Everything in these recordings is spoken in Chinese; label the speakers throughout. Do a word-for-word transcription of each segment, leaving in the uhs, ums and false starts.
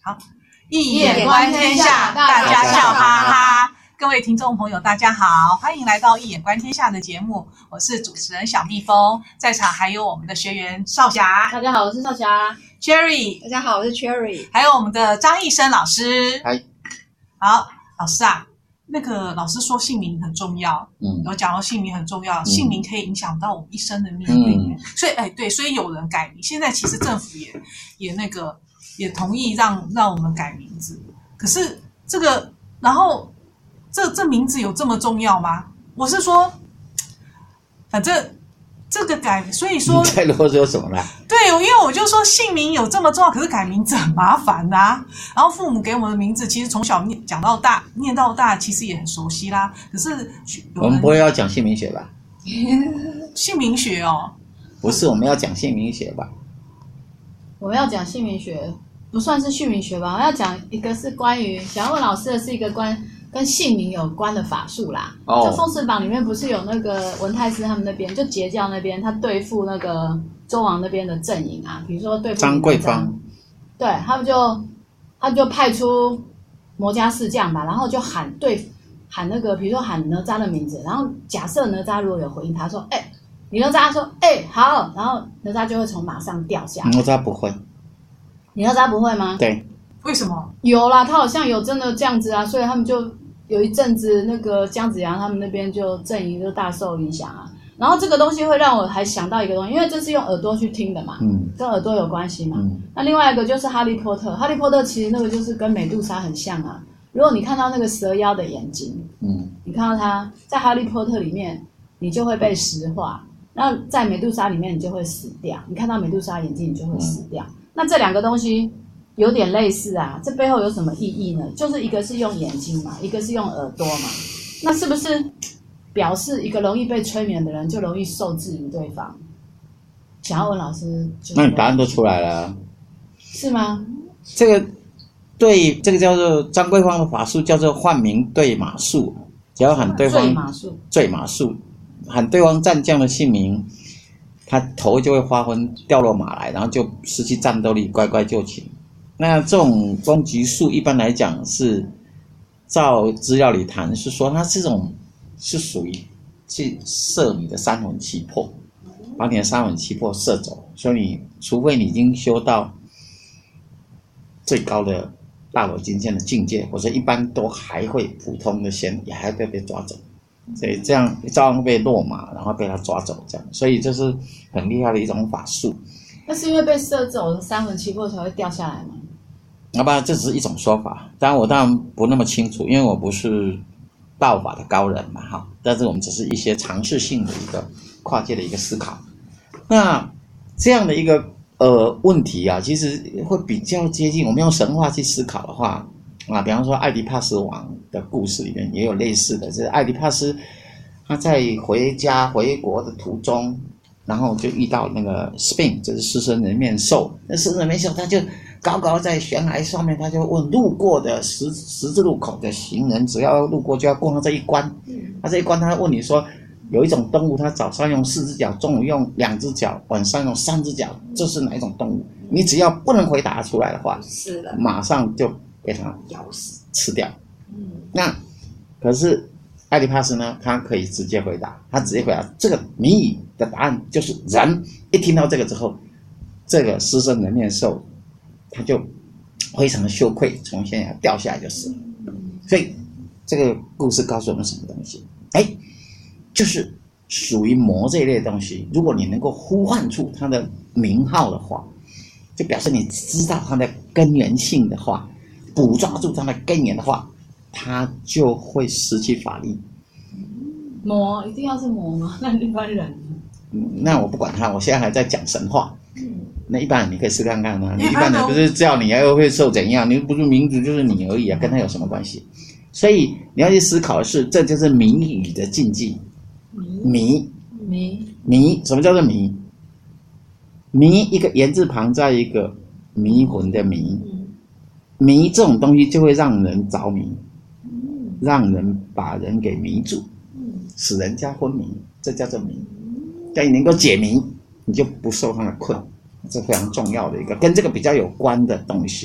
Speaker 1: 好，一眼观天下，大家笑哈哈。各位听众朋友，大家好，欢迎来到一眼观天下的节目，我是主持人小蜜蜂，在场还有我们的学员少霞，
Speaker 2: 大家好，我是少霞
Speaker 1: Cherry，
Speaker 3: 大家好，我是 Cherry，
Speaker 1: 还有我们的张义生老师。
Speaker 4: 嗨，
Speaker 1: 好，老师啊，那个老师说姓名很重要，嗯，我讲到姓名很重要，嗯、姓名可以影响到我们一生的命运，嗯、所以哎对，所以有人改名，现在其实政府也也那个也同意让让我们改名字，可是这个然后。这这名字有这么重要吗？我是说，反正这个改，所以说
Speaker 4: 你在啰嗦什么啦？
Speaker 1: 对，因为我就说姓名有这么重要，可是改名字很麻烦啊。然后父母给我们的名字，其实从小念讲到大，念到大，其实也很熟悉啦。可是
Speaker 4: 我们不会要讲姓名学吧？
Speaker 1: 姓名学哦，
Speaker 4: 不是，我们要讲姓名学吧？
Speaker 2: 我们要讲姓名学，不算是姓名学吧？我要讲一个是关于想要问老师的是一个关。跟姓名有关的法术啦，哦，就《封神榜》里面不是有那个文太师他们那边，就截教那边，他对付那个周王那边的阵营啊，比如说对付
Speaker 4: 张桂芳，
Speaker 2: 对他们就他就派出魔家四将吧，然后就喊对喊那个，比如说喊哪吒的名字，然后假设哪吒如果有回应他说，哎、欸，你哪吒说，哎、欸，好，然后哪吒就会从马上掉下来。
Speaker 4: 哪吒不会，
Speaker 2: 你哪吒不会吗？
Speaker 4: 对，
Speaker 1: 为什么？
Speaker 2: 有啦，他好像有真的这样子啊，所以他们就。有一阵子，那个姜子牙他们那边就阵营就大受影响啊。然后这个东西会让我还想到一个东西，因为这是用耳朵去听的嘛，嗯，跟耳朵有关系嘛。嗯、那另外一个就是哈利波特，哈利波特其实那个就是跟美杜莎很像啊。如果你看到那个蛇妖的眼睛，嗯，你看到它在哈利波特里面，你就会被石化；那在美杜莎里面，你就会死掉。你看到美杜莎眼睛，你就会死掉。嗯、那这两个东西。有点类似啊，这背后有什么意义呢？就是一个是用眼睛嘛，一个是用耳朵嘛，那是不是表示一个容易被催眠的人就容易受制于对方？想要问老师，
Speaker 4: 那你答案都出来了，
Speaker 2: 是吗？
Speaker 4: 这个对，这个叫做张桂芳的法术叫做唤名对马术，只要喊对方
Speaker 2: 坠马术，
Speaker 4: 坠马术，喊对方战将的姓名，他头就会发昏掉落马来，然后就失去战斗力，乖乖就擒。那这种攻击术一般来讲是照资料里谈是说它这种是属于去射你的三魂七魄，把你的三魂七魄射走，所以你除非你已经修到最高的大罗金仙的境界，或者一般都还会普通的仙也还会被抓走，所以这样照样被落马，然后被他抓走这样，所以这是很厉害的一种法术。
Speaker 2: 那是因为被射走的三魂七魄才会掉下来吗？
Speaker 4: 好吧，这只是一种说法，当然我当然不那么清楚，因为我不是道法的高人嘛，哈。但是我们只是一些尝试性的一个跨界的一个思考。那这样的一个呃问题啊，其实会比较接近我们用神话去思考的话啊，比方说艾迪帕斯王的故事里面也有类似的，就是艾迪帕斯他在回家回国的途中，然后就遇到那个 Sphinx， 就是狮身人面兽，那狮身人面兽他就。高高在悬崖上面，他就问路过的十十字路口的行人，只要路过就要过到这一关。他这一关，他问你说，有一种动物，它早上用四只脚，中午用两只脚，晚上用三只脚，这是哪一种动物？你只要不能回答出来的话，
Speaker 3: 是的，
Speaker 4: 马上就被它咬死吃掉。嗯，那可是艾迪帕斯呢，他可以直接回答，他直接回答这个谜语的答案就是人。一听到这个之后，这个狮身人面兽。他就非常的羞愧，从悬崖掉下来就死了。所以这个故事告诉我们什么东西？哎，就是属于魔这一类的东西，如果你能够呼唤出它的名号的话，就表示你知道它的根源性的话，捕抓住它的根源的话，它就会失去法力。
Speaker 2: 魔一定要是魔吗？那一般人？
Speaker 4: 嗯，那我不管它，我现在还在讲神话。那一般人你可以试看看啊，你一般人不是叫你又会受怎样？你不是名字就是你而已啊，跟他有什么关系？所以你要去思考的是，这就是谜语的禁忌。谜
Speaker 2: 谜
Speaker 4: 谜，什么叫做谜？谜一个言字旁在一个迷魂的迷，迷这种东西就会让人着迷，让人把人给迷住，使人家昏迷，这叫做谜。但你能够解谜，你就不受他的困。这非常重要的一个跟这个比较有关的东西，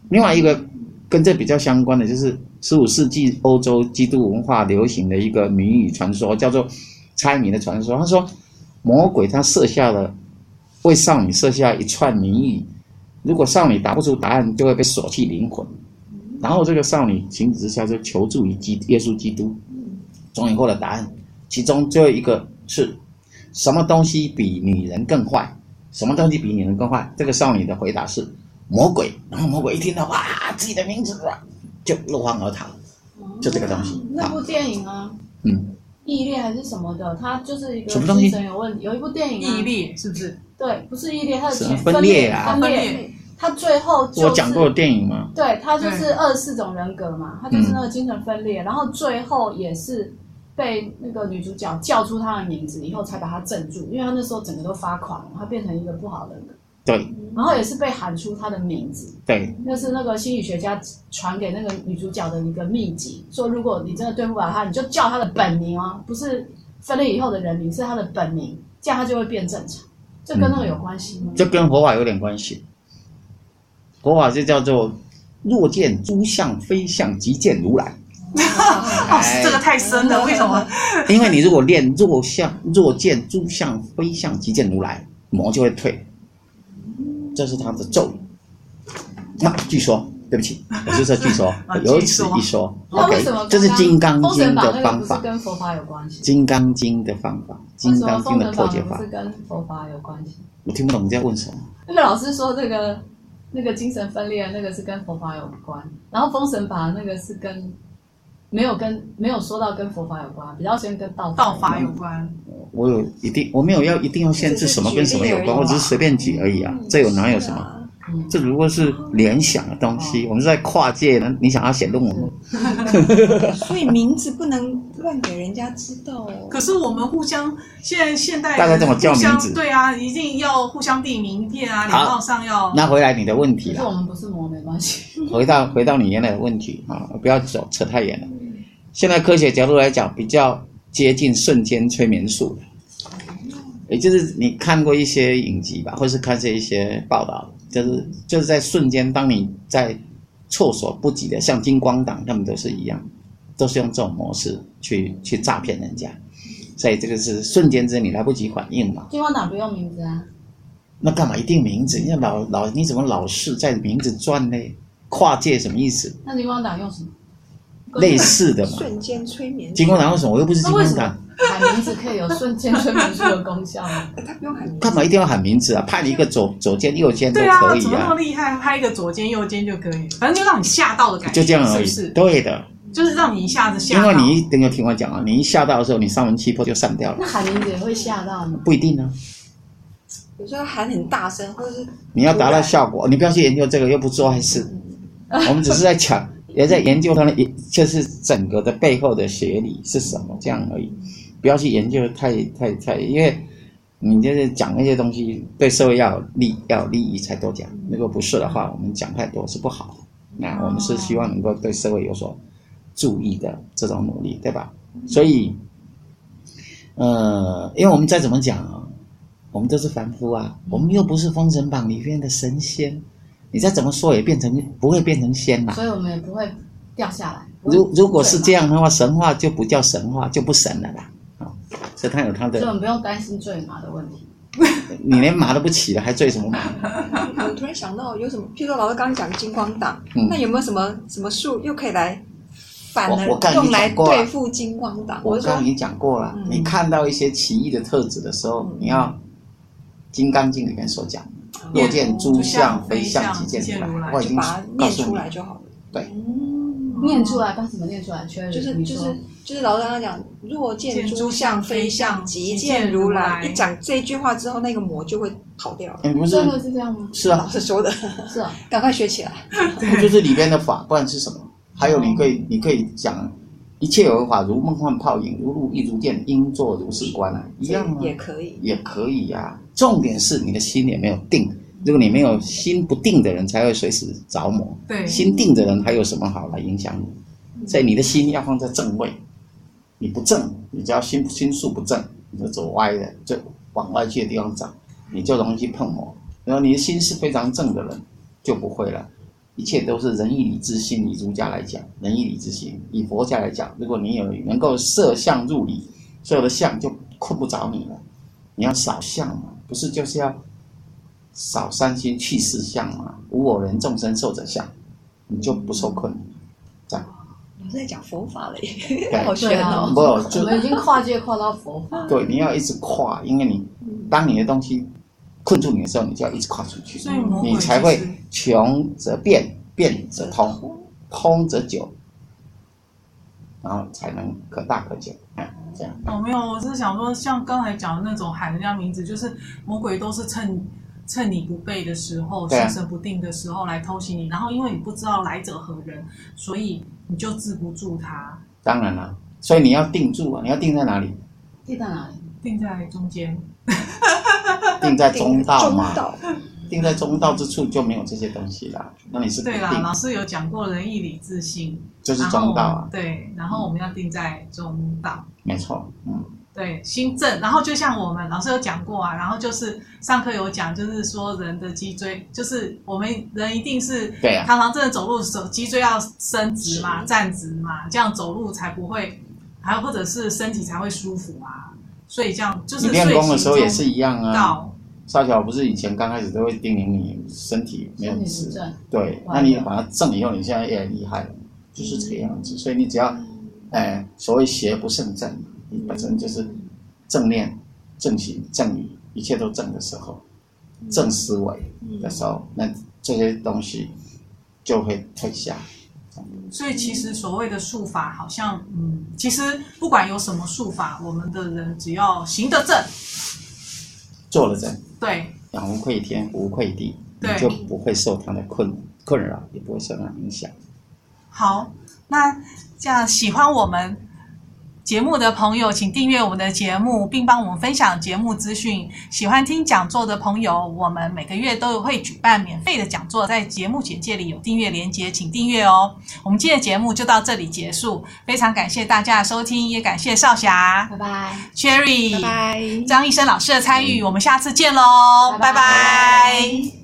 Speaker 4: 另外一个跟这比较相关的就是十五世纪欧洲基督文化流行的一个谜语传说，叫做猜谜的传说。他说魔鬼他设下了为少女设下一串谜语，如果少女答不出答案，就会被锁去灵魂。然后这个少女情急之下就求助于基耶稣基督，终于获得答案。其中最后一个是什么东西比女人更坏？什么东西比女人更坏？这个少女的回答是魔鬼。然后魔鬼一听到哇，自己的名字就落荒而逃，就这个东西。
Speaker 2: 那部电影啊，
Speaker 4: 嗯，
Speaker 2: 异列还是什么的，它就是一个
Speaker 4: 什么东西
Speaker 2: 精神有问题。有一部电影、啊，
Speaker 1: 异列是不是？
Speaker 2: 对，不是异列，它的前
Speaker 4: 分裂啊，
Speaker 2: 分裂。它最后就是
Speaker 4: 我讲过的电影吗？
Speaker 2: 对，它就是二十四种人格嘛，它就是那个精神分裂，嗯、然后最后也是被那个女主角叫出她的名字以后才把她镇住，因为她那时候整个都发狂了，她变成一个不好的人格。
Speaker 4: 对，
Speaker 2: 然后也是被喊出她的名字。
Speaker 4: 对，
Speaker 2: 那是那个心理学家传给那个女主角的一个秘籍，说如果你真的对不了她，你就叫她的本名哦，不是分裂以后的人名，是她的本名，这样她就会变正常。这跟那个有关系吗？
Speaker 4: 这跟佛法有点关系。佛法就叫做若见诸相非相，即见如来。
Speaker 1: 哦，这个太深了，为什么？
Speaker 4: 因为你如果练若相若见诸相非相，即见如来，魔就会退。这是他的咒语。那据说，对不起，我是说据说，有此一说。OK， 这是《金刚经》的方法。
Speaker 2: 跟佛法有关系。
Speaker 4: 《金刚经》的方法，《金刚经》的破解法
Speaker 2: 不是跟佛法有关系。
Speaker 4: 我听不懂你在问什么。
Speaker 2: 那个老师说这个。那个精神分裂那个是跟佛法有关，然后封神法那个是跟没有跟没有说到跟佛法有关，比较先跟道
Speaker 1: 道法有关。
Speaker 4: 我有一定我没有要一定要限制什么跟什么有关，我只是随便举而已啊。这有哪有什么？这如果是联想的东西，我们是在跨界呢。你想要写论文吗？
Speaker 3: 所以名字不能乱给人家知道哦。
Speaker 1: 可是我们互相现在现代
Speaker 4: 大家怎么叫名字？
Speaker 1: 对啊，一定要互相递名片啊，脸号上要。
Speaker 4: 那回来你的问题
Speaker 2: 了。可是我们不是魔，没关系。
Speaker 4: 回到回到你原来的问题啊，不要走扯太远了。现在科学角度来讲，比较接近瞬间催眠术，也就是你看过一些影集吧，或是看这一些报道。就是就是在瞬间，当你在措手不及的，像金光党他们都是一样，都是用这种模式去去诈骗人家，所以这个是瞬间之间你来不及反应嘛。
Speaker 2: 金光党不用名字啊？
Speaker 4: 那干嘛一定名字？你老老你怎么老是在名字转呢？跨界什么意思？
Speaker 2: 那金光党用什么？
Speaker 4: 类似的嘛。
Speaker 3: 瞬间催眠。
Speaker 4: 金光党为什么？我又不是金光党。
Speaker 2: 喊名字可以有瞬间催眠术的功效吗？
Speaker 3: 他不用喊名字。
Speaker 4: 干嘛一定要喊名字啊？派你一个左左肩右肩都可以啊。
Speaker 1: 对啊，怎么那么厉害？派一个左肩右肩就可以，反正就让你吓到的感觉，
Speaker 4: 就这样而已。
Speaker 1: 是不是？
Speaker 4: 对的。
Speaker 1: 就是让你一下子吓到。
Speaker 4: 因为你一定要听我讲啊，你一吓到的时候，你上文气魄就散掉了。
Speaker 2: 那喊名字也会吓到吗？
Speaker 4: 不一定啊。
Speaker 3: 有时候喊很大声，或者是
Speaker 4: 你要达到效果，你不要去研究这个，又不做坏事。我们只是在讲，也在研究它的，就是整个的背后的学理是什么，这样而已。不要去研究太太太，因为你就是讲那些东西对社会要有利要有利益才多讲，如果不是的话，我们讲太多是不好的。那我们是希望能够对社会有所注意的这种努力，对吧？所以，呃，因为我们再怎么讲啊，我们都是凡夫啊，我们又不是《封神榜》里面的神仙，你再怎么说也变成不会变成仙啦，
Speaker 2: 所以我们也不会掉下来。
Speaker 4: 如如果是这样的话，神话就不叫神话，就不神了啦。所以他有他的，
Speaker 2: 所以我们不用担心坠马的问题。
Speaker 4: 你连马都不骑了，还坠什么马？
Speaker 3: 我突然想到有什么，譬如说老师刚刚讲金光党，
Speaker 4: 嗯、
Speaker 3: 那有没有什么什么术又可以来反而
Speaker 4: 我
Speaker 3: 用来对付金光党？
Speaker 4: 我刚刚已经讲过了，嗯、你看到一些奇异的特质的时候，嗯、你要《金刚经》里面所讲，嗯、若见诸相非相，即见如来。我已经
Speaker 3: 把它念出来就好了。
Speaker 4: 对。
Speaker 2: 念出来，把什么念出来？
Speaker 3: 就是就是就是老师刚刚讲，若见诸相非相，即见如来。一讲这句话之后，那个魔就会跑掉了。
Speaker 4: 嗯，不是，
Speaker 2: 真的是这样吗？
Speaker 4: 是啊，
Speaker 3: 老师说的。
Speaker 2: 是啊，
Speaker 3: 赶快学起来。
Speaker 4: 就是里边的法，不然是什么？还有你可以，你可以讲一切有为法，如梦幻泡影，如露亦如电，应作如是观啊，一样啊，
Speaker 3: 也可以，
Speaker 4: 也可以呀、啊。重点是你的心也没有定。如果你没有心不定的人，才会随时着魔。
Speaker 1: 对，
Speaker 4: 心定的人还有什么好来影响你？所以你的心要放在正位。你不正，你只要心心术不正，你就走歪的，就往外去的地方找，你就容易去碰魔。然后你的心是非常正的人，就不会了。 一切都是仁义礼智信。以儒家来讲，仁义礼智信；以佛家来讲，如果你有能够摄相入理，所有的相就困不着你了。你要扫相嘛，不是就是要扫三心去四相嘛？无我人众生寿者相，你就不受困。这样。
Speaker 3: 我在讲佛法了耶，好玄哦！
Speaker 4: 不，
Speaker 2: 我们已经跨界跨到佛法。
Speaker 4: 对，你要一直跨，因为你当你的东西困住你的时候，你就要一直跨出去，
Speaker 1: 所以魔鬼
Speaker 4: 你才会穷则变，变则通，通则久，然后才能可大可久。嗯，这样。
Speaker 1: 哦，没有，我是想说，像刚才讲的那种喊人家名字，就是魔鬼都是趁趁你不备的时候，心神不定的时候来偷袭你，然后因为你不知道来者何人，所以你就治不住他。
Speaker 4: 当然了，所以你要定住啊！你要定在哪里？
Speaker 2: 定在哪里？
Speaker 1: 定在中间。
Speaker 4: 定在中道嘛。
Speaker 3: 中道
Speaker 4: 定在中道之处就没有这些东西啦。那你是不定。
Speaker 1: 对啦，老师有讲过仁义礼智信，
Speaker 4: 就是中道啊。
Speaker 1: 对，然后我们要定在中道。
Speaker 4: 没错，嗯。
Speaker 1: 对，心正，然后就像我们老师有讲过啊，然后就是上课有讲，就是说人的脊椎，就是我们人一定是
Speaker 4: 对啊，
Speaker 1: 常常真的走路的时候，脊椎要伸直嘛，站直嘛，这样走路才不会，还有或者是身体才会舒服啊。所以这样就是
Speaker 4: 你练功的时候也是一样啊。少小不是以前刚开始都会叮咛你身体没有直，对，那你把它正以后，你现在越来越厉害了，就是这个样子。所以你只要，哎，所谓邪不胜正。你本身就是正念、正行、正语，一切都正的时候，正思维的时候，那这些东西就会退下。
Speaker 1: 所以其实所谓的术法，好像嗯，其实不管有什么术法，我们的人只要行得正，
Speaker 4: 做了正，
Speaker 1: 对，
Speaker 4: 养无愧天，无愧地，你就不会受它的困困扰，也不会受它的影响。
Speaker 1: 好，那这样喜欢我们节目的朋友，请订阅我们的节目，并帮我们分享节目资讯。喜欢听讲座的朋友，我们每个月都会举办免费的讲座，在节目简介里有订阅连结，请订阅哦。我们今天的节目就到这里结束，非常感谢大家的收听，也感谢少霞、
Speaker 2: 拜拜
Speaker 1: Cherry、
Speaker 3: 拜拜、
Speaker 1: 张医生老师的参与，我们下次见喽，拜拜。
Speaker 2: 拜拜。